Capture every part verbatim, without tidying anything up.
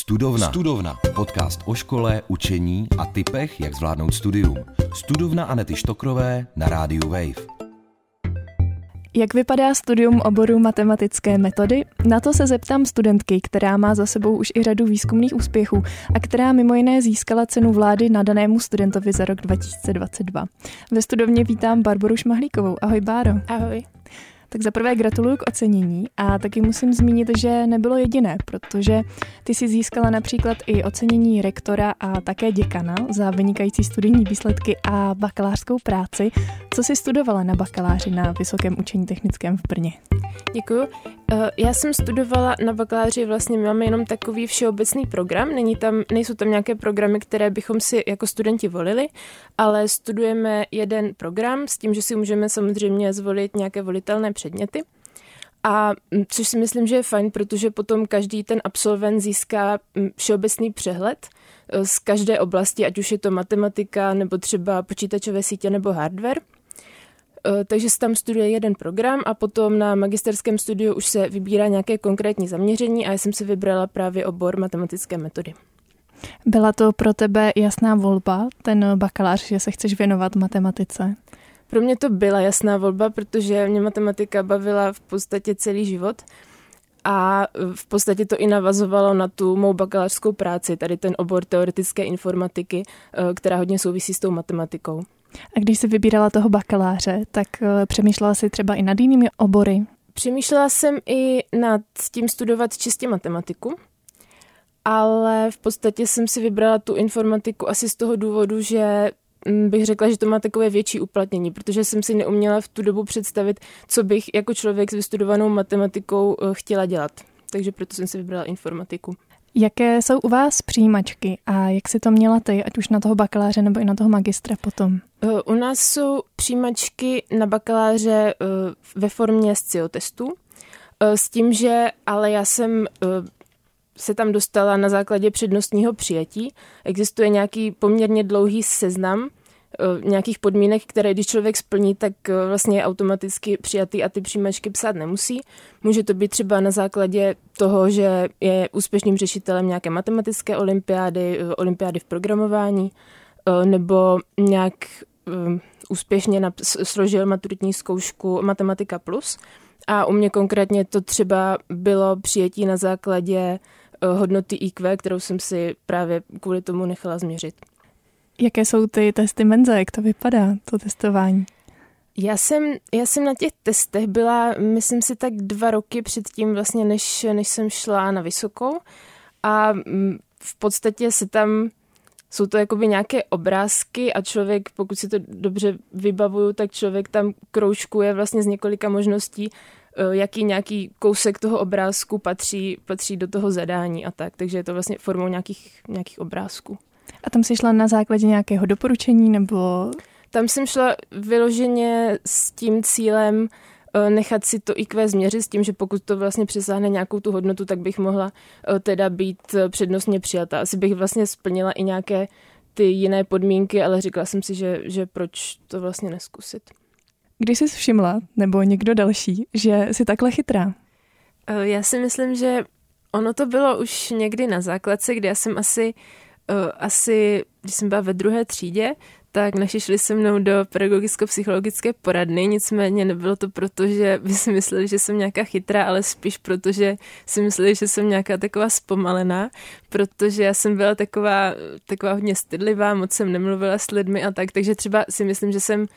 Studovna. Studovna. Podcast o škole, učení a tipech, jak zvládnout studium. Studovna Anety Štokrové na rádiu Wave. Jak vypadá studium oboru matematické metody? Na to se zeptám studentky, která má za sebou už i řadu výzkumných úspěchů a která mimo jiné získala cenu vlády nadanému studentovi za rok dva tisíce dvacet dva. Ve studovně vítám Barboru Šmahlíkovou. Ahoj, Báro. Ahoj. Tak zaprvé gratuluju k ocenění a taky musím zmínit, že nebylo jediné, protože ty si získala například i ocenění rektora a také děkana za vynikající studijní výsledky a bakalářskou práci. Co jsi studovala na bakaláři na Vysokém učení technickém v Brně? Děkuju. Já jsem studovala na bakaláři, vlastně máme jenom takový všeobecný program, není tam, nejsou tam nějaké programy, které bychom si jako studenti volili, ale studujeme jeden program s tím, že si můžeme samozřejmě zvolit nějaké volitelné předměty. A což si myslím, že je fajn, protože potom každý ten absolvent získá všeobecný přehled z každé oblasti, ať už je to matematika, nebo třeba počítačové sítě, nebo hardware. Takže se tam studuje jeden program a potom na magisterském studiu už se vybírá nějaké konkrétní zaměření a já jsem si vybrala právě obor matematické metody. Byla to pro tebe jasná volba, ten bakalář, že se chceš věnovat matematice? Pro mě to byla jasná volba, protože mě matematika bavila v podstatě celý život a v podstatě to i navazovalo na tu mou bakalářskou práci, tady ten obor teoretické informatiky, která hodně souvisí s tou matematikou. A když jsi vybírala toho bakaláře, tak přemýšlela jsi třeba i nad jinými obory? Přemýšlela jsem i nad tím studovat čistě matematiku, ale v podstatě jsem si vybrala tu informatiku asi z toho důvodu, že bych řekla, že to má takové větší uplatnění, protože jsem si neuměla v tu dobu představit, co bych jako člověk s vystudovanou matematikou chtěla dělat. Takže proto jsem si vybrala informatiku. Jaké jsou u vás přijímačky a jak jsi to měla ty, ať už na toho bakaláře nebo i na toho magistra potom? U nás jsou přijímačky na bakaláře ve formě S C I O testů, s tím, že ale já jsem se tam dostala na základě přednostního přijetí. Existuje nějaký poměrně dlouhý seznam nějakých podmínek, které když člověk splní, tak vlastně je automaticky přijatý a ty přijímačky psát nemusí. Může to být třeba na základě toho, že je úspěšným řešitelem nějaké matematické olympiády, olympiády v programování, nebo nějak úspěšně složil maturitní zkoušku Matematika plus. A u mě konkrétně to třeba bylo přijetí na základě hodnoty I Q, kterou jsem si právě kvůli tomu nechala změřit. Jaké jsou ty testy Menza, jak to vypadá, to testování? Já jsem, já jsem na těch testech byla, myslím si, tak dva roky předtím, vlastně, než, než jsem šla na vysokou. A v podstatě se tam, jsou to jakoby nějaké obrázky a člověk, pokud si to dobře vybavuju, tak člověk tam kroužkuje vlastně z několika možností, jaký nějaký kousek toho obrázku patří, patří do toho zadání a tak. Takže je to vlastně formou nějakých, nějakých obrázků. A tam jsi šla na základě nějakého doporučení nebo? Tam jsem šla vyloženě s tím cílem nechat si to I Q změřit s tím, že pokud to vlastně přesáhne nějakou tu hodnotu, tak bych mohla teda být přednostně přijata. Asi bych vlastně splnila i nějaké ty jiné podmínky, ale říkala jsem si, že, že proč to vlastně neskusit. Když jsi všimla, nebo někdo další, že jsi takhle chytrá? Já si myslím, že ono to bylo už někdy na základce, kdy já jsem asi Asi, když jsem byla ve druhé třídě, tak naši šli se mnou do pedagogicko-psychologické poradny, nicméně nebylo to proto, že by si mysleli, že jsem nějaká chytrá, ale spíš proto, že si mysleli, že jsem nějaká taková zpomalená, protože já jsem byla taková, taková hodně stydlivá, moc jsem nemluvila s lidmi a tak, takže třeba si myslím, že jsem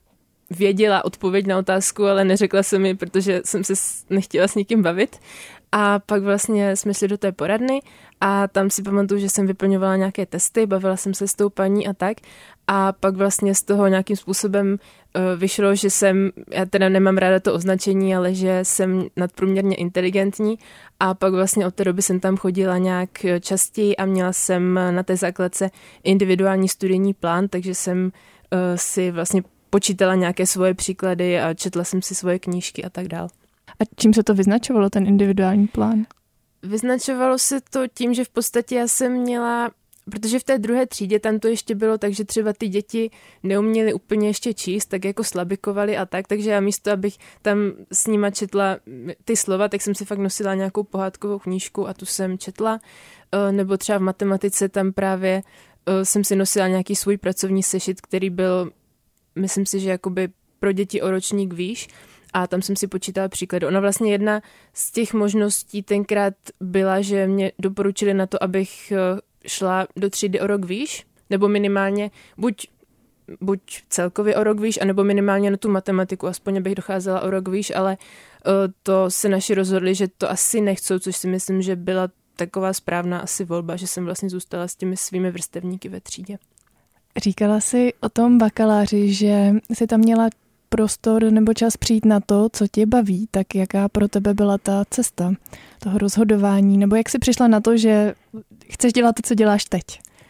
věděla odpověď na otázku, ale neřekla jsem ji, protože jsem se nechtěla s nikým bavit. A pak vlastně jsme šli do té poradny a tam si pamatuju, že jsem vyplňovala nějaké testy, bavila jsem se s tou paní a tak. A pak vlastně z toho nějakým způsobem uh, vyšlo, že jsem, já teda nemám ráda to označení, ale že jsem nadprůměrně inteligentní. A pak vlastně od té doby jsem tam chodila nějak častěji a měla jsem na té základce individuální studijní plán, takže jsem uh, si vlastně počítala nějaké svoje příklady a četla jsem si svoje knížky a tak dál. A čím se to vyznačovalo, ten individuální plán? Vyznačovalo se to tím, že v podstatě já jsem měla protože v té druhé třídě tam to ještě bylo tak, že třeba ty děti neuměly úplně ještě číst, tak jako slabikovali a tak, takže já místo, abych tam s nima četla ty slova, tak jsem si fakt nosila nějakou pohádkovou knížku a tu jsem četla, nebo třeba v matematice tam právě jsem si nosila nějaký svůj pracovní sešit, který byl, myslím si, že jakoby pro děti o ročník výš, a tam jsem si počítala příklady. Ona vlastně jedna z těch možností tenkrát byla, že mě doporučili na to, abych šla do třídy o rok výš, nebo minimálně buď, buď celkově o rok výš, anebo minimálně na tu matematiku, aspoň abych docházela o rok výš, ale to se naši rozhodli, že to asi nechcou, což si myslím, že byla taková správná asi volba, že jsem vlastně zůstala s těmi svými vrstevníky ve třídě. Říkala jsi o tom bakaláři, že jsi tam měla prostor nebo čas přijít na to, co tě baví, tak jaká pro tebe byla ta cesta toho rozhodování, nebo jak jsi přišla na to, že chceš dělat to, co děláš teď?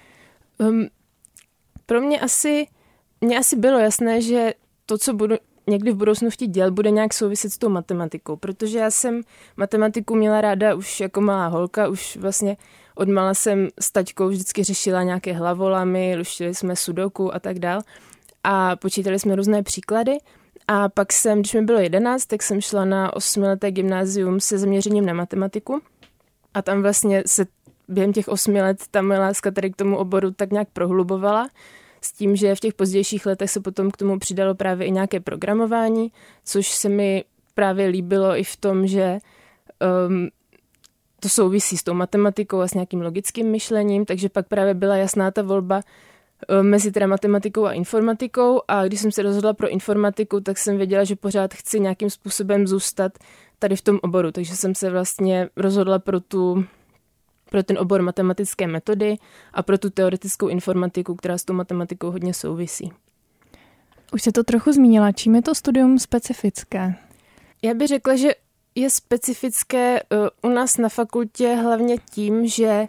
Um, pro mě asi, mě asi bylo jasné, že to, co budu někdy v budoucnu chtít dělat, bude nějak souviset s tou matematikou, protože já jsem matematiku měla ráda už jako malá holka, už vlastně odmala jsem s taťkou vždycky řešila nějaké hlavolamy, luštili jsme sudoku a tak dál. A počítali jsme různé příklady a pak jsem, když mi bylo jedenáct, tak jsem šla na osmileté gymnázium se zaměřením na matematiku a tam vlastně se během těch osmi let ta moje láska tady k tomu oboru tak nějak prohlubovala s tím, že v těch pozdějších letech se potom k tomu přidalo právě i nějaké programování, což se mi právě líbilo i v tom, že um, to souvisí s tou matematikou a s nějakým logickým myšlením, takže pak právě byla jasná ta volba mezi teda matematikou a informatikou a když jsem se rozhodla pro informatiku, tak jsem věděla, že pořád chci nějakým způsobem zůstat tady v tom oboru, takže jsem se vlastně rozhodla pro, tu, pro ten obor matematické metody a pro tu teoretickou informatiku, která s tou matematikou hodně souvisí. Už jsi to trochu zmínila, čím je to studium specifické? Já bych řekla, že je specifické u nás na fakultě hlavně tím, že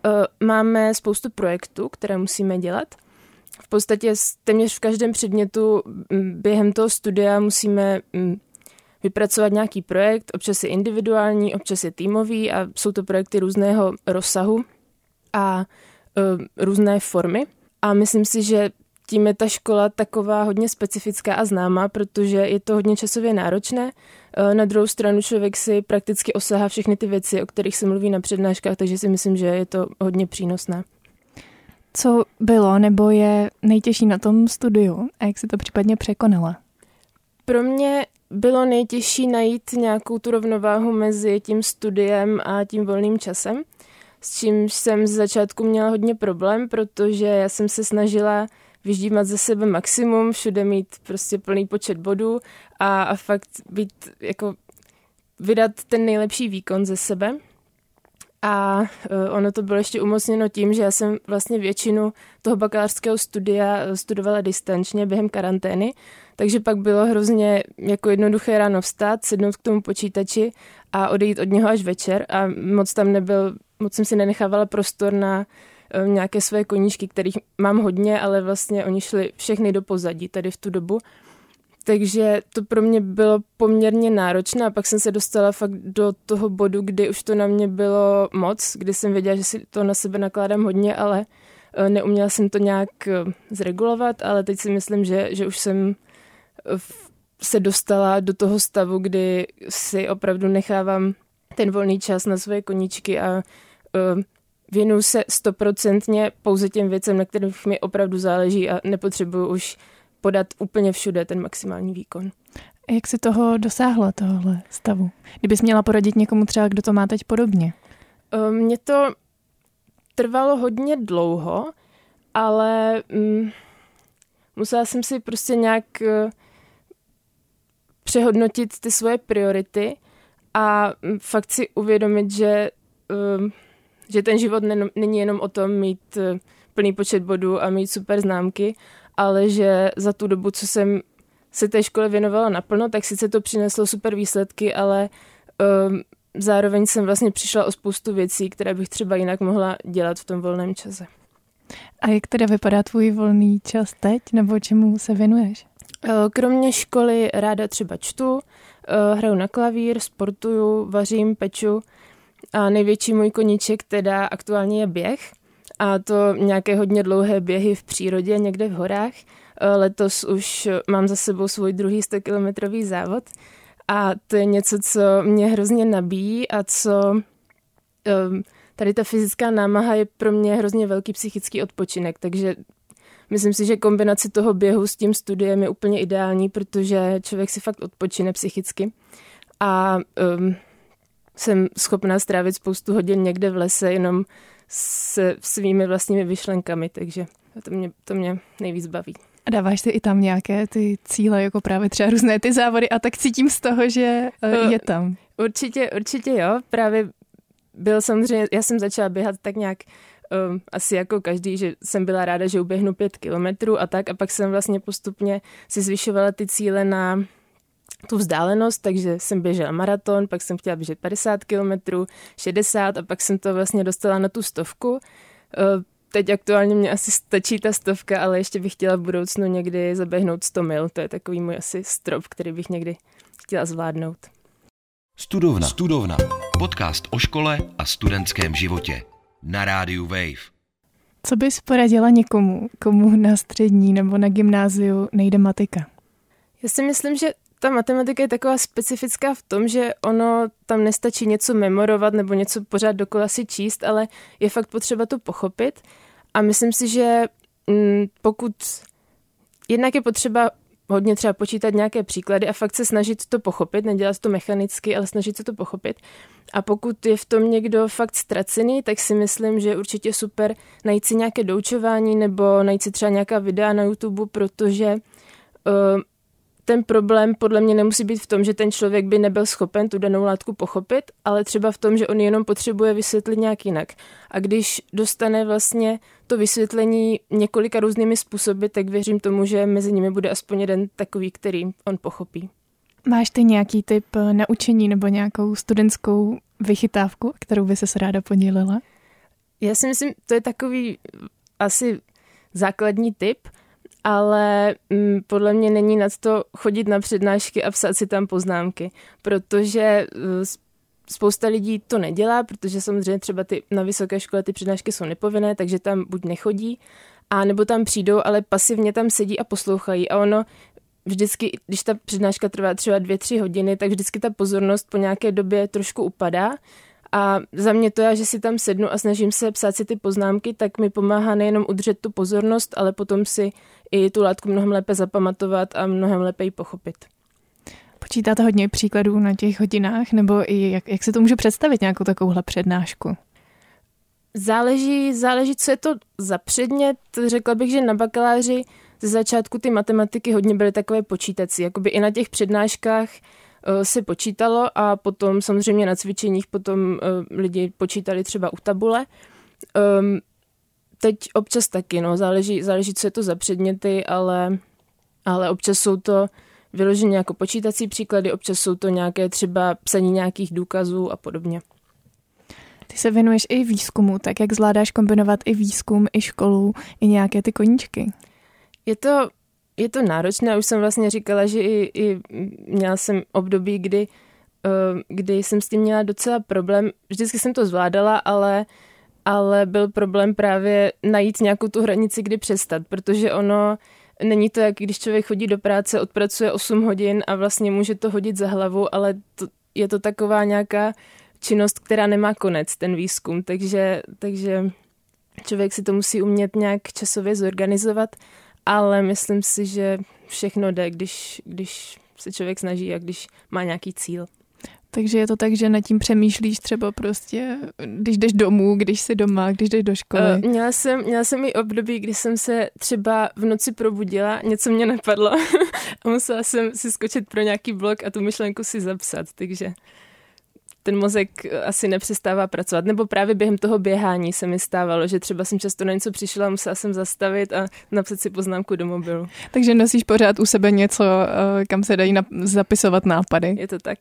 máme spoustu projektů, které musíme dělat. V podstatě téměř v každém předmětu během toho studia musíme vypracovat nějaký projekt, občas je individuální, občas je týmový a jsou to projekty různého rozsahu a různé formy. A myslím si, že tím je ta škola taková hodně specifická a známá, protože je to hodně časově náročné. Na druhou stranu člověk si prakticky osahá všechny ty věci, o kterých se mluví na přednáškách, takže si myslím, že je to hodně přínosné. Co bylo nebo je nejtěžší na tom studiu a jak jsi to případně překonala? Pro mě bylo nejtěžší najít nějakou tu rovnováhu mezi tím studiem a tím volným časem, s čím jsem z začátku měla hodně problém, protože já jsem se snažila vyždímat ze sebe maximum, všude mít prostě plný počet bodů a, a fakt být jako vydat ten nejlepší výkon ze sebe. A ono to bylo ještě umocněno tím, že já jsem vlastně většinu toho bakalářského studia studovala distančně během karantény, takže pak bylo hrozně jako jednoduché ráno vstát, sednout k tomu počítači a odejít od něho až večer a moc tam nebyl, moc jsem si nenechávala prostor na nějaké své koníčky, kterých mám hodně, ale vlastně oni šli všechny do pozadí tady v tu dobu. Takže to pro mě bylo poměrně náročné a pak jsem se dostala fakt do toho bodu, kdy už to na mě bylo moc, kdy jsem věděla, že si to na sebe nakládám hodně, ale neuměla jsem to nějak zregulovat, ale teď si myslím, že, že už jsem se dostala do toho stavu, kdy si opravdu nechávám ten volný čas na svoje koníčky a věnuju se stoprocentně pouze těm věcem, na kterých mi opravdu záleží a nepotřebuju už podat úplně všude ten maximální výkon. Jak jsi toho dosáhla, tohohle stavu? Kdybys měla poradit někomu třeba, kdo to má teď podobně? Mně to trvalo hodně dlouho, ale mm, musela jsem si prostě nějak uh, přehodnotit ty svoje priority a mm, fakt si uvědomit, že, uh, že ten život nen- není jenom o tom mít uh, plný počet bodů a mít super známky, ale že za tu dobu, co jsem se té škole věnovala naplno, tak sice to přineslo super výsledky, ale um, zároveň jsem vlastně přišla o spoustu věcí, které bych třeba jinak mohla dělat v tom volném čase. A jak teda vypadá tvůj volný čas teď, nebo čemu se věnuješ? Kromě školy ráda třeba čtu, hraju na klavír, sportuju, vařím, peču a největší můj koníček teda aktuálně je běh. a to nějaké hodně dlouhé běhy v přírodě, někde v horách. Letos už mám za sebou svůj druhý stokilometrový závod a to je něco, co mě hrozně nabíjí a co tady ta fyzická námaha je pro mě hrozně velký psychický odpočinek, takže myslím si, že kombinace toho běhu s tím studiem je úplně ideální, protože člověk si fakt odpočine psychicky a um, jsem schopná strávit spoustu hodin někde v lese jenom se svými vlastními myšlenkami, takže to mě, to mě nejvíc baví. A dáváš si i tam nějaké ty cíle, jako právě třeba různé ty závody a tak cítím z toho, že uh, je tam. Určitě, určitě jo, právě byl samozřejmě, já jsem začala běhat tak nějak um, asi jako každý, že jsem byla ráda, že uběhnu pět kilometrů a tak a pak jsem vlastně postupně si zvyšovala ty cíle na tu vzdálenost, takže jsem běžela maraton, pak jsem chtěla běžet padesát kilometrů, šedesát a pak jsem to vlastně dostala na tu stovku. Uh, teď aktuálně mě asi stačí ta stovka, ale ještě bych chtěla v budoucnu někdy zaběhnout sto mil, to je takový můj asi strop, který bych někdy chtěla zvládnout. Studovna. Studovna. Podcast o škole a studentském životě. Na rádiu Wave. Co bys poradila někomu, komu na střední nebo na gymnáziu nejde matika? Já si myslím, že ta matematika je taková specifická v tom, že ono tam nestačí něco memorovat nebo něco pořád dokola si číst, ale je fakt potřeba to pochopit. A myslím si, že pokud jednak je potřeba hodně třeba počítat nějaké příklady a fakt se snažit to pochopit, nedělat to mechanicky, ale snažit se to pochopit. A pokud je v tom někdo fakt ztracený, tak si myslím, že je určitě super najít si nějaké doučování nebo najít si třeba nějaká videa na YouTube, protože uh, ten problém podle mě nemusí být v tom, že ten člověk by nebyl schopen tu danou látku pochopit, ale třeba v tom, že on jenom potřebuje vysvětlit nějak jinak. A když dostane vlastně to vysvětlení několika různými způsoby, tak věřím tomu, že mezi nimi bude aspoň jeden takový, který on pochopí. Máš ty nějaký typ naučení nebo nějakou studentskou vychytávku, kterou by ses ráda podělila? Já si myslím, to je takový asi základní tip, ale m, podle mě není nad to chodit na přednášky a psát si tam poznámky, protože spousta lidí to nedělá, protože samozřejmě třeba ty, na vysoké škole ty přednášky jsou nepovinné, takže tam buď nechodí, a nebo tam přijdou, ale pasivně tam sedí a poslouchají a ono vždycky, když ta přednáška trvá třeba dvě, tři hodiny, tak vždycky ta pozornost po nějaké době trošku upadá. A za mě to já, že si tam sednu a snažím se psát si ty poznámky, tak mi pomáhá nejenom udržet tu pozornost, ale potom si i tu látku mnohem lépe zapamatovat a mnohem lépe ji pochopit. Počítáte hodně příkladů na těch hodinách, nebo i jak, jak se to může představit nějakou takovouhle přednášku? Záleží, záleží, co je to za předmět. Řekla bych, že na bakaláři ze začátku ty matematiky hodně byly takové počítací. Jakoby i na těch přednáškách uh, se počítalo a potom samozřejmě na cvičeních potom uh, lidi počítali třeba u tabule. Um, teď občas taky, no, záleží, záleží, co je to za předměty, ale, ale občas jsou to vyloženě jako počítací příklady, občas jsou to nějaké třeba psaní nějakých důkazů a podobně. Ty se věnuješ i výzkumu, tak jak zvládáš kombinovat i výzkum, i školu, i nějaké ty koníčky? Je to, je to náročné, už jsem vlastně říkala, že i, i měla jsem období, kdy, kdy jsem s tím měla docela problém. Vždycky jsem to zvládala, ale, ale byl problém právě najít nějakou tu hranici, kdy přestat, protože ono není to, jak když člověk chodí do práce, odpracuje osm hodin a vlastně může to hodit za hlavu, ale to, je to taková nějaká činnost, která nemá konec, ten výzkum, takže, takže člověk si to musí umět nějak časově zorganizovat, ale myslím si, že všechno jde, když, když se člověk snaží a když má nějaký cíl. Takže je to tak, že nad tím přemýšlíš třeba prostě, když jdeš domů, když jsi doma, když jdeš do školy? Uh, měla jsem, měla jsem i období, kdy jsem se třeba v noci probudila, něco mě napadlo a musela jsem si skočit pro nějaký blok a tu myšlenku si zapsat, takže ten mozek asi nepřestává pracovat. Nebo právě během toho běhání se mi stávalo, že třeba jsem často na něco přišla a musela jsem zastavit a napsat si poznámku do mobilu. Takže nosíš pořád u sebe něco, kam se dají zapisovat nápady. Je to tak.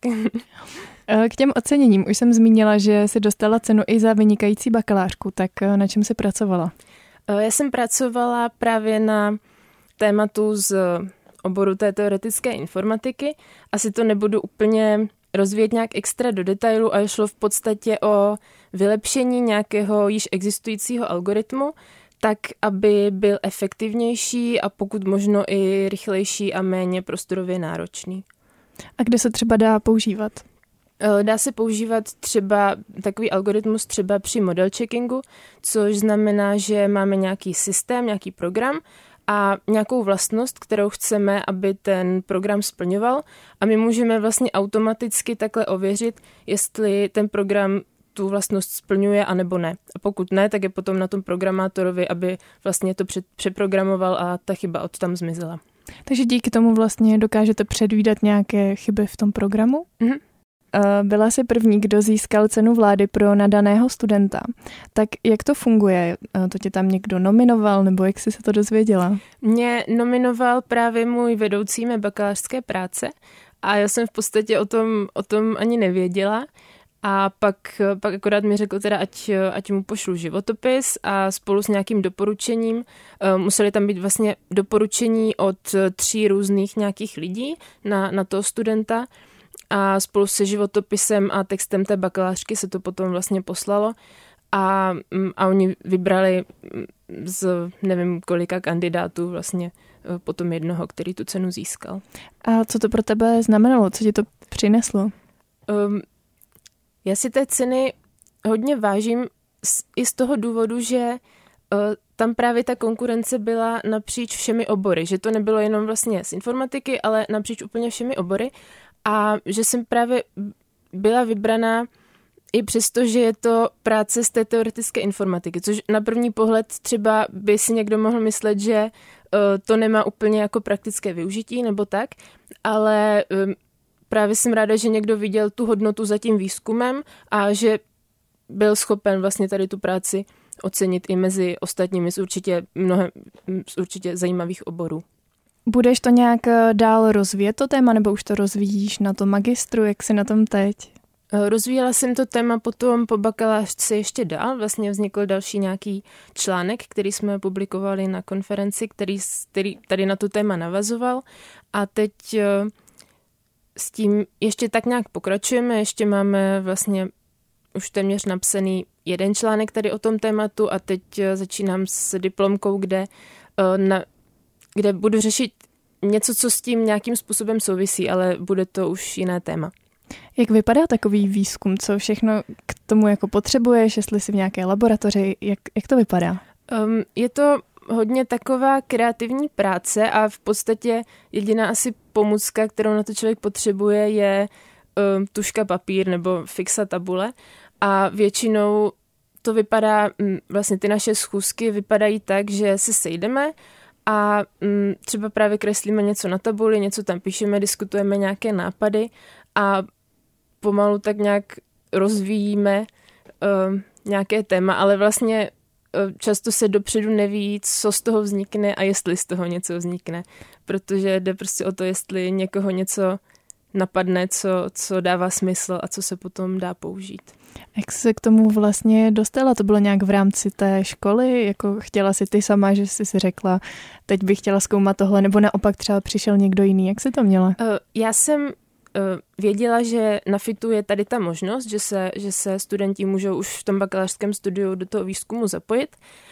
K těm oceněním už jsem zmínila, že jsi dostala cenu i za vynikající bakalářku, tak na čem jsi pracovala? Já jsem pracovala právě na tématu z oboru té teoretické informatiky. Asi to nebudu úplně rozvíjet nějak extra do detailu a šlo v podstatě o vylepšení nějakého již existujícího algoritmu, tak, aby byl efektivnější a pokud možno i rychlejší a méně prostorově náročný. A kde se třeba dá používat? Dá se používat třeba takový algoritmus třeba při model checkingu, což znamená, že máme nějaký systém, nějaký program a nějakou vlastnost, kterou chceme, aby ten program splňoval a my můžeme vlastně automaticky takhle ověřit, jestli ten program tu vlastnost splňuje anebo ne. A pokud ne, tak je potom na tom programátorovi, aby vlastně to přeprogramoval a ta chyba od tam zmizela. Takže díky tomu vlastně dokážete předvídat nějaké chyby v tom programu? Mm-hmm. Byla jsi první, kdo získal cenu vlády pro nadaného studenta. Tak jak to funguje? To tě tam někdo nominoval, nebo jak jsi se to dozvěděla? Mě nominoval právě můj vedoucí mé bakalářské práce a já jsem v podstatě o tom, o tom ani nevěděla. A pak, pak akorát mi řekl teda, ať, ať mu pošlu životopis a spolu s nějakým doporučením. Uh, museli tam být vlastně doporučení od tří různých nějakých lidí na, na toho studenta a spolu se životopisem a textem té bakalářky se to potom vlastně poslalo a, a oni vybrali z nevím kolika kandidátů vlastně potom jednoho, který tu cenu získal. A co to pro tebe znamenalo? Co ti to přineslo? Um, Já si té ceny hodně vážím i z toho důvodu, že uh, tam právě ta konkurence byla napříč všemi obory, že to nebylo jenom vlastně z informatiky, ale napříč úplně všemi obory a že jsem právě byla vybraná i přesto, že je to práce z té teoretické informatiky, což na první pohled třeba by si někdo mohl myslet, že uh, to nemá úplně jako praktické využití nebo tak, ale um, právě jsem ráda, že někdo viděl tu hodnotu za tím výzkumem a že byl schopen vlastně tady tu práci ocenit i mezi ostatními z určitě, mnohem, z určitě zajímavých oborů. Budeš to nějak dál rozvíjet to téma, nebo už to rozvíjíš na tom magistru, jak jsi na tom teď? Rozvíjela jsem to téma potom po bakalářce ještě dál. Vlastně vznikl další nějaký článek, který jsme publikovali na konferenci, který, který tady na to téma navazoval a teď s tím ještě tak nějak pokračujeme, ještě máme vlastně už téměř napsaný jeden článek tady o tom tématu a teď začínám s diplomkou, kde, na, kde budu řešit něco, co s tím nějakým způsobem souvisí, ale bude to už jiné téma. Jak vypadá takový výzkum? Co všechno k tomu jako potřebuješ, jestli jsi v nějaké laboratoři, jak, jak to vypadá? Um, je to hodně taková kreativní práce a v podstatě jediná asi pomůcka, kterou na to člověk potřebuje, je um, tužka, papír nebo fixa tabule a většinou to vypadá, um, vlastně ty naše schůzky vypadají tak, že se sejdeme a um, třeba právě kreslíme něco na tabuli, něco tam píšeme, diskutujeme nějaké nápady a pomalu tak nějak rozvíjíme um, nějaké téma, ale vlastně často se dopředu neví, co z toho vznikne a jestli z toho něco vznikne, protože jde prostě o to, jestli někoho něco napadne, co, co dává smysl a co se potom dá použít. Jak jsi se k tomu vlastně dostala? To bylo nějak v rámci té školy? Jako chtěla jsi ty sama, že jsi si řekla, teď bych chtěla zkoumat tohle, nebo naopak třeba přišel někdo jiný? Jak jsi to měla? Já jsem věděla, že na FITu je tady ta možnost, že se, že se studenti můžou už v tom bakalářském studiu do toho výzkumu zapojit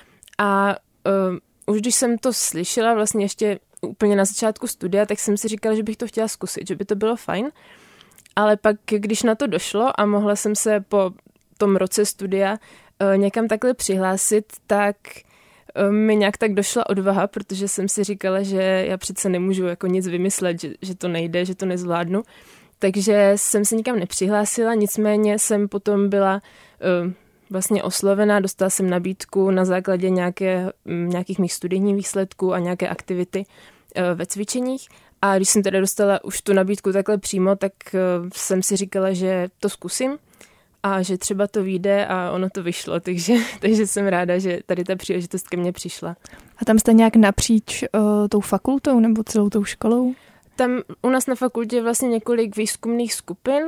a uh, už když jsem to slyšela vlastně ještě úplně na začátku studia, tak jsem si říkala, že bych to chtěla zkusit, že by to bylo fajn, ale pak když na to došlo a mohla jsem se po tom roce studia uh, někam takhle přihlásit, tak uh, mi nějak tak došla odvaha, protože jsem si říkala, že já přece nemůžu jako nic vymyslet, že, že to nejde, že to nezvládnu. Takže jsem se nikam nepřihlásila, nicméně jsem potom byla uh, vlastně oslovená, dostala jsem nabídku na základě nějaké, nějakých mých studijních výsledků a nějaké aktivity uh, ve cvičeních. A když jsem teda dostala už tu nabídku takhle přímo, tak uh, jsem si říkala, že to zkusím a že třeba to vyjde a ono to vyšlo, takže, takže jsem ráda, že tady ta příležitost ke mně přišla. A tam jste nějak napříč uh, tou fakultou nebo celou tou školou? Tam u nás na fakultě je vlastně několik výzkumných skupin,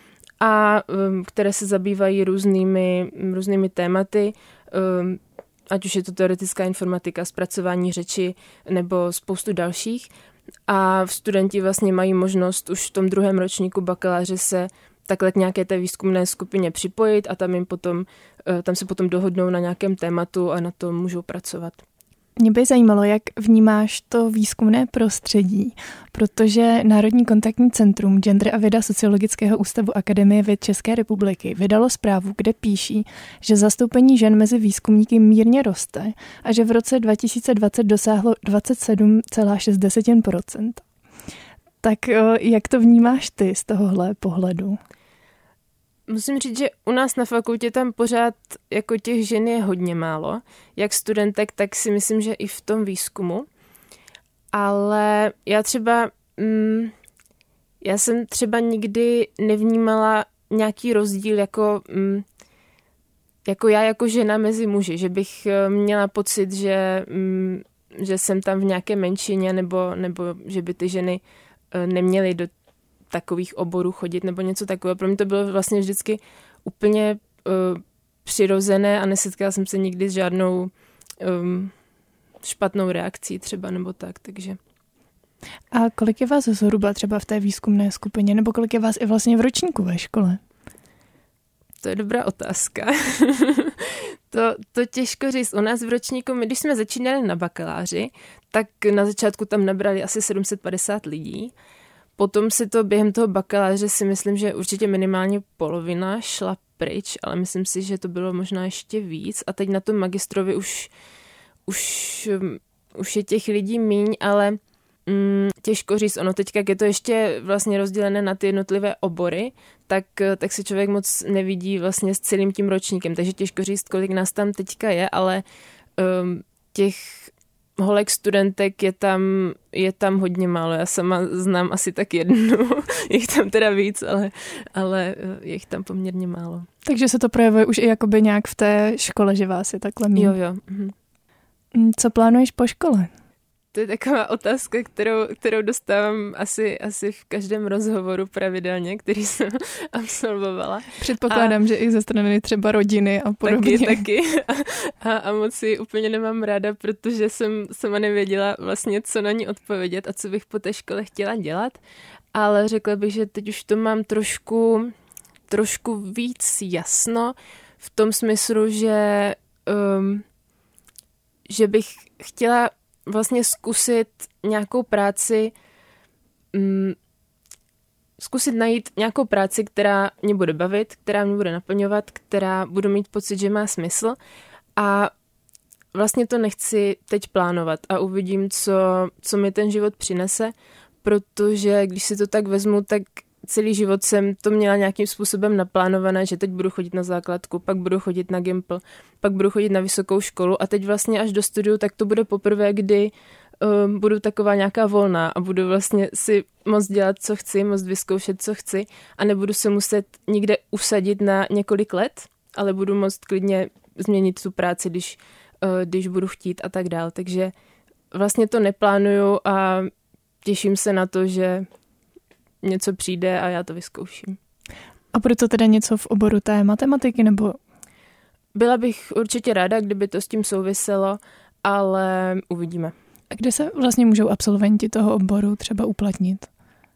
a um, které se zabývají různými, různými tématy, um, ať už je to teoretická informatika, zpracování řeči nebo spoustu dalších. a studenti vlastně mají možnost už v tom druhém ročníku bakaláře se takhle k nějaké té výzkumné skupině připojit a tam jim potom, tam se potom dohodnou na nějakém tématu a na tom můžou pracovat. Mě by zajímalo, jak vnímáš to výzkumné prostředí, protože Národní kontaktní centrum Gender a věda Sociologického ústavu Akademie věd České republiky vydalo zprávu, kde píší, že zastoupení žen mezi výzkumníky mírně roste a že v roce dva tisíce dvacet dosáhlo dvacet sedm celá šest procenta. Tak jak to vnímáš ty z tohohle pohledu? Musím říct, že u nás na fakultě tam pořád jako těch žen je hodně málo, jak studentek, tak si myslím, že i v tom výzkumu. Ale já třeba, mm, já jsem třeba nikdy nevnímala nějaký rozdíl jako, mm, jako já jako žena mezi muži, že bych měla pocit, že, mm, že jsem tam v nějaké menšině nebo, nebo že by ty ženy neměly do takových oborů chodit nebo něco takového. Pro mě to bylo vlastně vždycky úplně uh, přirozené a nesetkala jsem se nikdy s žádnou um, špatnou reakcí třeba nebo tak, takže. A kolik je vás zhruba třeba v té výzkumné skupině nebo kolik je vás i vlastně v ročníku ve škole? To je dobrá otázka. to, to těžko říct. U nás v ročníku, my když jsme začínali na bakaláři, tak na začátku tam nabrali asi sedm set padesát lidí. Potom si to během toho bakaláře si myslím, že určitě minimálně polovina šla pryč, ale myslím si, že to bylo možná ještě víc. A teď na tom magistrovi už, už, už je těch lidí míň, ale mm, těžko říct. Ono teď, jak je to ještě vlastně rozdělené na ty jednotlivé obory, tak, tak se člověk moc nevidí vlastně s celým tím ročníkem. Takže těžko říct, kolik nás tam teďka je, ale um, těch holek studentek je tam, je tam hodně málo. Já sama znám asi tak jednu. Je jich tam teda víc, ale, ale je jich tam poměrně málo. Takže se to projevuje už i jakoby nějak v té škole, že vás je takhle míň. Jo, jo. Mhm. Co plánuješ po škole? To je taková otázka, kterou, kterou dostávám asi, asi v každém rozhovoru pravidelně, který jsem absolvovala. Předpokládám, a že i ze strany třeba rodiny a podobně. Taky, taky. A, a moc ji úplně nemám ráda, protože jsem sama nevěděla vlastně, co na ní odpovědět a co bych po té škole chtěla dělat. Ale řekla bych, že teď už to mám trošku, trošku víc jasno v tom smyslu, že, um, že bych chtěla vlastně zkusit nějakou práci, um, zkusit najít nějakou práci, která mě bude bavit, která mě bude naplňovat, která budu mít pocit, že má smysl a vlastně to nechci teď plánovat a uvidím, co, co mi ten život přinese, protože když si to tak vezmu, tak celý život jsem to měla nějakým způsobem naplánované, že teď budu chodit na základku, pak budu chodit na Gimpl, pak budu chodit na vysokou školu a teď vlastně až do studiu, tak to bude poprvé, kdy uh, budu taková nějaká volná a budu vlastně si moct dělat, co chci, moct vyzkoušet, co chci a nebudu se muset nikde usadit na několik let, ale budu moct klidně změnit tu práci, když, uh, když budu chtít a tak dál. Takže vlastně to neplánuju a těším se na to, že něco přijde a já to vyzkouším. A proto teda něco v oboru té matematiky, nebo? Byla bych určitě ráda, kdyby to s tím souviselo, ale uvidíme. A kde se vlastně můžou absolventi toho oboru třeba uplatnit?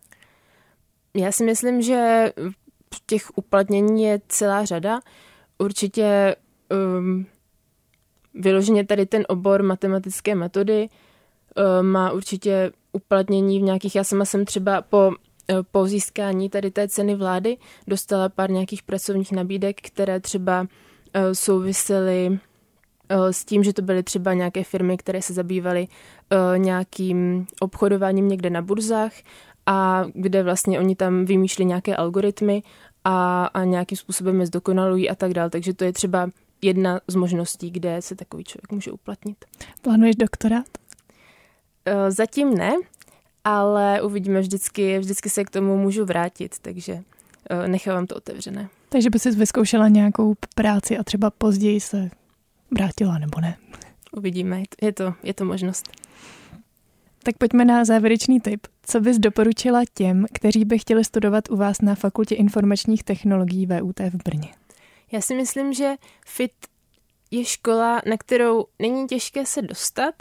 Já si myslím, že těch uplatnění je celá řada. Určitě um, vyloženě tady ten obor matematické metody um, má určitě uplatnění v nějakých, já sama jsem třeba po po získání tady té ceny vlády dostala pár nějakých pracovních nabídek, které třeba uh, souvisely uh, s tím, že to byly třeba nějaké firmy, které se zabývaly uh, nějakým obchodováním někde na burzách a kde vlastně oni tam vymýšlí nějaké algoritmy a, a nějakým způsobem je zdokonalují a tak dále. Takže to je třeba jedna z možností, kde se takový člověk může uplatnit. Plánuješ doktorát? Uh, zatím ne. Ale uvidíme, vždycky, vždycky se k tomu můžu vrátit, takže uh, nechávám to otevřené. Takže by jsi vyzkoušela nějakou práci a třeba později se vrátila, nebo ne? Uvidíme, je to, je to možnost. Tak pojďme na závěrečný tip. Co bys doporučila těm, kteří by chtěli studovat u vás na Fakultě informačních technologií V U T v Brně? Já si myslím, že F I T je škola, na kterou není těžké se dostat,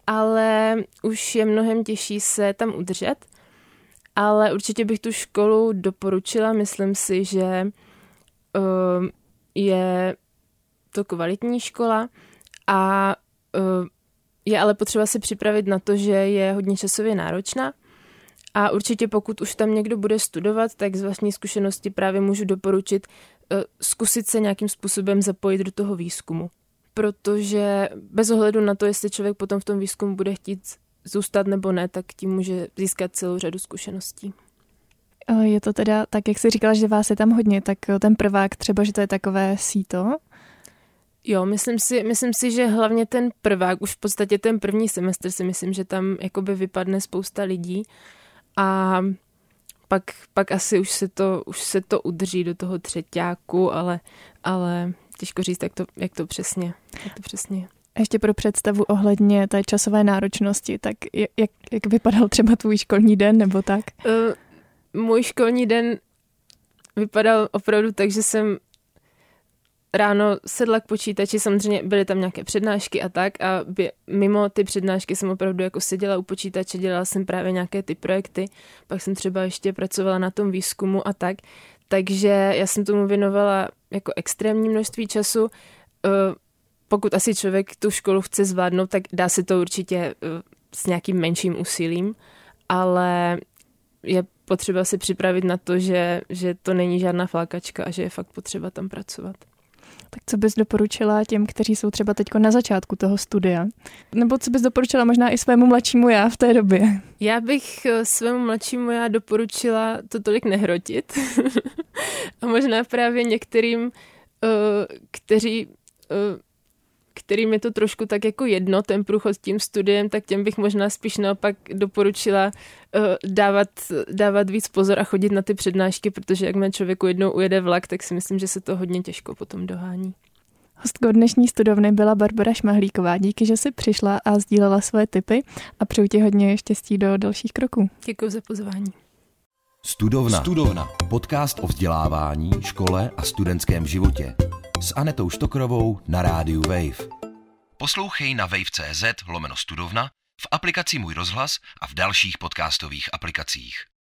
ale už je mnohem těžší se tam udržet. Ale určitě bych tu školu doporučila, myslím si, že uh, je to kvalitní škola a uh, je ale potřeba si připravit na to, že je hodně časově náročná. A určitě pokud už tam někdo bude studovat, tak z vlastní zkušenosti právě můžu doporučit uh, zkusit se nějakým způsobem zapojit do toho výzkumu. Protože bez ohledu na to, jestli člověk potom v tom výzkumu bude chtít zůstat nebo ne, tak tím může získat celou řadu zkušeností. Je to teda tak, jak jsi říkala, že vás je tam hodně, tak ten prvák třeba, že to je takové síto? Jo, myslím si, myslím si, že hlavně ten prvák, už v podstatě ten první semestr si myslím, že tam jakoby vypadne spousta lidí a pak, pak asi už se to, už se to udrží do toho třeťáku, ale, ale těžko říct, jak to, jak to přesně, jak to přesně je. Ještě pro představu ohledně té časové náročnosti, tak jak, jak vypadal třeba tvůj školní den nebo tak? Uh, můj školní den vypadal opravdu tak, že jsem ráno sedla k počítači, samozřejmě byly tam nějaké přednášky a tak a by, mimo ty přednášky jsem opravdu jako seděla u počítače, dělala jsem právě nějaké ty projekty, pak jsem třeba ještě pracovala na tom výzkumu a tak, takže já jsem tomu věnovala jako extrémní množství času. Uh, Pokud asi člověk tu školu chce zvládnout, tak dá se to určitě s nějakým menším úsilím, ale je potřeba se připravit na to, že, že to není žádná flákačka a že je fakt potřeba tam pracovat. Tak co bys doporučila těm, kteří jsou třeba teď na začátku toho studia? Nebo co bys doporučila možná i svému mladšímu já v té době? Já bych svému mladšímu já doporučila to tolik nehrotit. A možná právě některým, kteří kterým je to trošku tak jako jedno, ten průchod tím studiem, tak těm bych možná spíš naopak doporučila uh, dávat, dávat víc pozor a chodit na ty přednášky, protože jakmile člověku jednou ujede vlak, tak si myslím, že se to hodně těžko potom dohání. Hostkou dnešní studovny byla Barbora Šmahlíková. Díky, že jsi přišla a sdílela svoje tipy a přeju ti hodně štěstí do dalších kroků. Děkuji za pozvání. Studovna. Studovna. Podcast o vzdělávání, škole a studentském životě. S Anetou Štokrovou na rádiu Wave. Poslouchej na wave tečka cz lomeno studovna, v aplikaci Můj rozhlas a v dalších podcastových aplikacích.